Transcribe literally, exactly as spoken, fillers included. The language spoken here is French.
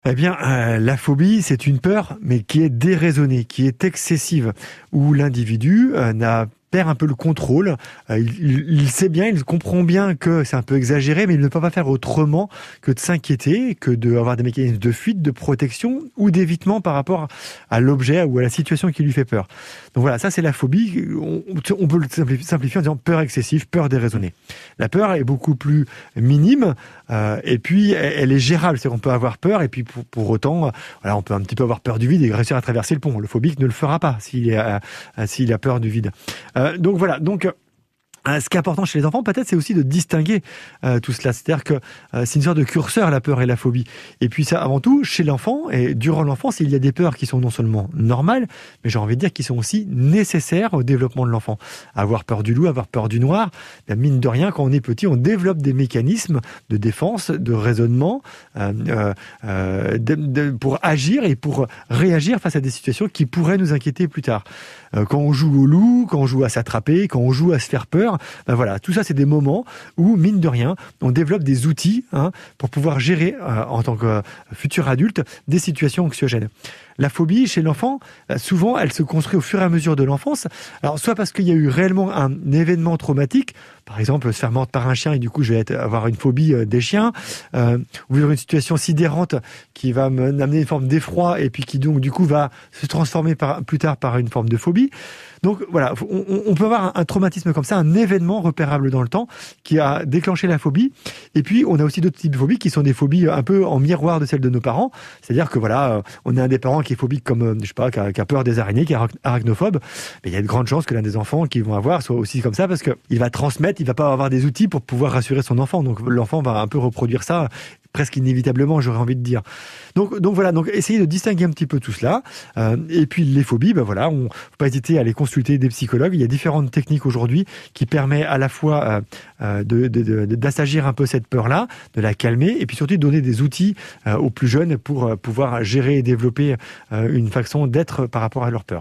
Eh bien, euh, la phobie, c'est une peur, mais qui est déraisonnée, qui est excessive, où l'individu euh, n'a perd un peu le contrôle. Euh, il, il- il sait bien, il comprend bien que c'est un peu exagéré, mais il ne peut pas faire autrement que de s'inquiéter, que d'avoir des mécanismes de fuite, de protection ou d'évitement par rapport à l'objet ou à la situation qui lui fait peur. Donc voilà, ça c'est la phobie. On, on peut le simplifier simplifier en disant peur excessive, peur déraisonnée. La peur est beaucoup plus minime euh, et puis elle, elle est gérable. C'est qu'on peut avoir peur et puis pour, pour autant, euh, voilà, on peut un petit peu avoir peur du vide et réussir à traverser le pont. Le phobique ne le fera pas s'il est, euh, euh, s'il a peur du vide. Euh, donc voilà, donc euh, ce qui est important chez les enfants, peut-être, c'est aussi de distinguer euh, tout cela. C'est-à-dire que euh, c'est une sorte de curseur, la peur et la phobie. Et puis ça, avant tout, chez l'enfant et durant l'enfance, il y a des peurs qui sont non seulement normales, mais j'ai envie de dire qui sont aussi nécessaires au développement de l'enfant. Avoir peur du loup, avoir peur du noir, bien, mine de rien, quand on est petit, on développe des mécanismes de défense, de raisonnement, euh, euh, euh, de, de, pour agir et pour réagir face à des situations qui pourraient nous inquiéter plus tard. Euh, quand on joue au loup, quand on joue à s'attraper, quand on joue à se faire peur, ben voilà, tout ça c'est des moments où, mine de rien, on développe des outils hein, pour pouvoir gérer euh, en tant que euh, futur adulte des situations anxiogènes. La phobie chez l'enfant, euh, souvent elle se construit au fur et à mesure de l'enfance. Alors soit parce qu'il y a eu réellement un événement traumatique, par exemple se faire mordre par un chien et du coup je vais être, avoir une phobie euh, des chiens, euh, ou vivre une situation sidérante qui va m'amener une forme d'effroi et puis qui donc du coup va se transformer par, plus tard par une forme de phobie. Donc voilà, on, on peut avoir un, un traumatisme comme ça, un événement repérable dans le temps qui a déclenché la phobie. Et puis on a aussi d'autres types de phobies qui sont des phobies un peu en miroir de celles de nos parents. C'est-à-dire que voilà, on a un des parents qui est phobique comme, euh, je sais pas, qui a, qui a peur des araignées, qui est arachnophobe. Mais il y a de grandes chances que l'un des enfants qui vont avoir soit aussi comme ça parce que il va transmettre, il va pas avoir des outils pour pouvoir rassurer son enfant. Donc l'enfant va un peu reproduire ça presque inévitablement, j'aurais envie de dire. Donc, donc voilà, donc essayez de distinguer un petit peu tout cela. Euh, et puis les phobies, ben voilà, on faut pas hésiter à aller consulter des psychologues. Il y a différentes techniques aujourd'hui qui permettent à la fois euh, euh, de, de, de, d'assagir un peu cette peur-là, de la calmer, et puis surtout de donner des outils euh, aux plus jeunes pour euh, pouvoir gérer et développer euh, une façon d'être par rapport à leur peur.